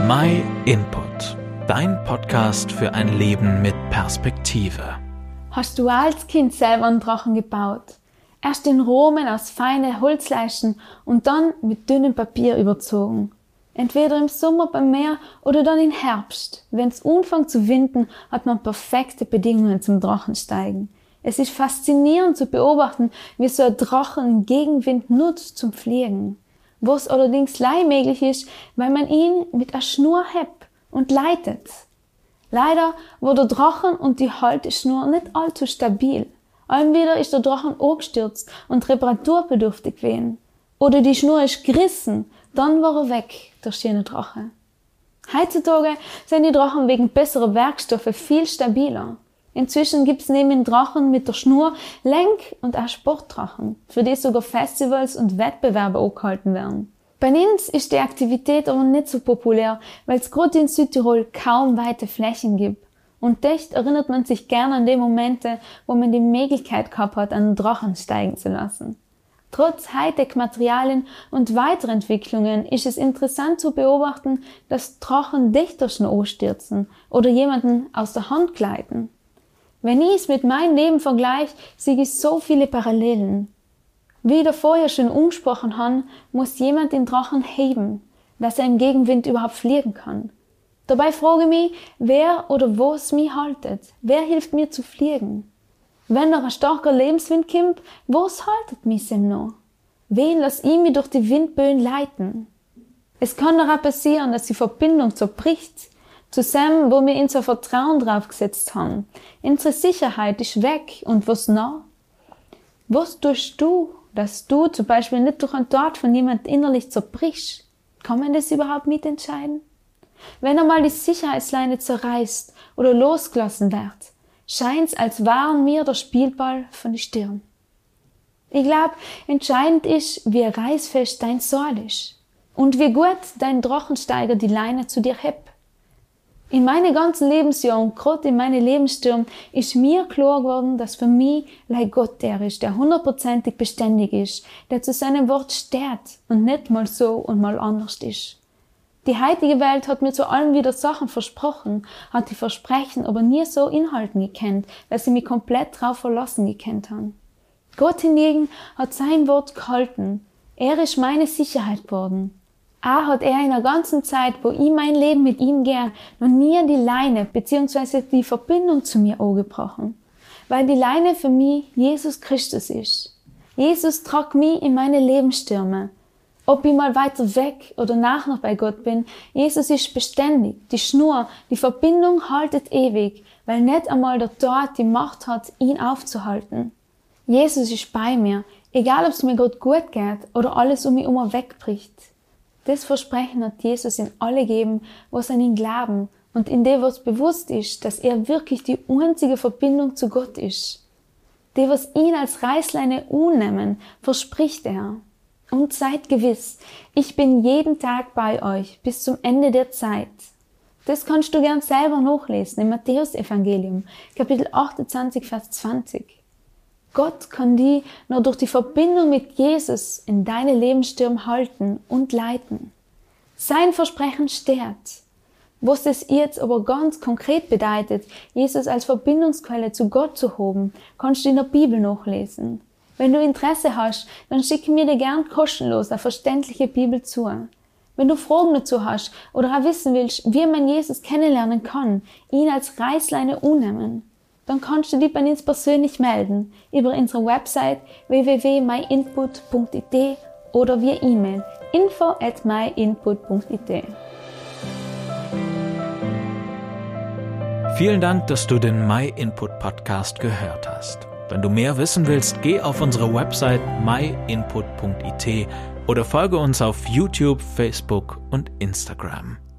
My Input, dein Podcast für ein Leben mit Perspektive. Hast du als Kind selber einen Drachen gebaut? Erst in Rohmen aus feinen Holzleisten und dann mit dünnem Papier überzogen. Entweder im Sommer beim Meer oder dann im Herbst. Wenn es anfängt zu winden, hat man perfekte Bedingungen zum Drachensteigen. Es ist faszinierend zu beobachten, wie so ein Drachen den Gegenwind nutzt zum Fliegen. Was allerdings leicht möglich ist, weil man ihn mit einer Schnur hebt und leitet. Leider war der Drachen und die Halteschnur nicht allzu stabil. Allem wieder ist der Drachen angestürzt und reparaturbedürftig gewesen. Oder die Schnur ist gerissen, dann war er weg, der schöne Drache. Heutzutage sind die Drachen wegen besserer Werkstoffe viel stabiler. Inzwischen gibt's neben den Drachen mit der Schnur Lenk- und auch Sportdrachen, für die sogar Festivals und Wettbewerbe angehalten werden. Bei uns ist die Aktivität aber nicht so populär, weil es gerade in Südtirol kaum weite Flächen gibt. Und echt erinnert man sich gerne an die Momente, wo man die Möglichkeit gehabt hat, einen Drachen steigen zu lassen. Trotz Hightech-Materialien und Weiterentwicklungen ist es interessant zu beobachten, dass Drachen dichter schon anstürzen oder jemanden aus der Hand gleiten. Wenn ich es mit meinem Leben vergleiche, sehe ich so viele Parallelen. Wie ich da vorher schon angesprochen habe, muss jemand den Drachen heben, dass er im Gegenwind überhaupt fliegen kann. Dabei frage ich mich, wer oder was mich haltet. Wer hilft mir zu fliegen? Wenn noch ein starker Lebenswind kommt, was haltet mich denn noch? Wen lasse ich mich durch die Windböen leiten? Es kann doch auch passieren, dass die Verbindung zerbricht. Zusammen, wo wir unser Vertrauen drauf gesetzt haben. Unsere Sicherheit ist weg. Und was noch? Was tust du, dass du zum Beispiel nicht durch ein Tod von jemand innerlich zerbrichst? Kann man das überhaupt mitentscheiden? Wenn einmal die Sicherheitsleine zerreißt oder losgelassen wird, scheint's, als waren wir der Spielball von der Stirn. Ich glaube, entscheidend ist, wie reißfest dein Seil ist und wie gut dein Drachensteiger die Leine zu dir hebt. In meinen ganzen Lebensjahren, gerade in meinen Lebensstürmen, ist mir klar geworden, dass für mich Gott der ist, der 100%ig beständig ist, der zu seinem Wort steht und nicht mal so und mal anders ist. Die heutige Welt hat mir zu allem wieder Sachen versprochen, hat die Versprechen aber nie so Inhalten gekannt, dass ich mich komplett drauf verlassen gekannt habe. Gott hingegen hat sein Wort gehalten. Er ist meine Sicherheit geworden. Auch hat er in der ganzen Zeit, wo ich mein Leben mit ihm gehe, noch nie die Leine bzw. die Verbindung zu mir angebrochen. Weil die Leine für mich Jesus Christus ist. Jesus tragt mich in meine Lebensstürme. Ob ich mal weiter weg oder nach noch bei Gott bin, Jesus ist beständig. Die Schnur, die Verbindung haltet ewig, weil nicht einmal der Tod die Macht hat, ihn aufzuhalten. Jesus ist bei mir, egal ob es mir gerade gut geht oder alles um mich herum wegbricht. Das Versprechen hat Jesus in alle gegeben, was an ihn glauben und in dem, was bewusst ist, dass er wirklich die einzige Verbindung zu Gott ist. Die, was ihn als Reißleine annehmen, verspricht er. Und seid gewiss, ich bin jeden Tag bei euch bis zum Ende der Zeit. Das kannst du gern selber nachlesen im Matthäus-Evangelium, Kapitel 28, Vers 20. Gott kann dich nur durch die Verbindung mit Jesus in deine Lebensstürme halten und leiten. Sein Versprechen steht. Was das jetzt aber ganz konkret bedeutet, Jesus als Verbindungsquelle zu Gott zu haben, kannst du in der Bibel nachlesen. Wenn du Interesse hast, dann schicke mir dir gern kostenlos eine verständliche Bibel zu. Wenn du Fragen dazu hast oder auch wissen willst, wie man Jesus kennenlernen kann, ihn als Reißleine annehmen, dann kannst du dich bei uns persönlich melden über unsere Website www.myinput.it oder via E-Mail info@myinput.it. Vielen Dank, dass du den My Input Podcast gehört hast. Wenn du mehr wissen willst, geh auf unsere Website myinput.it oder folge uns auf YouTube, Facebook und Instagram.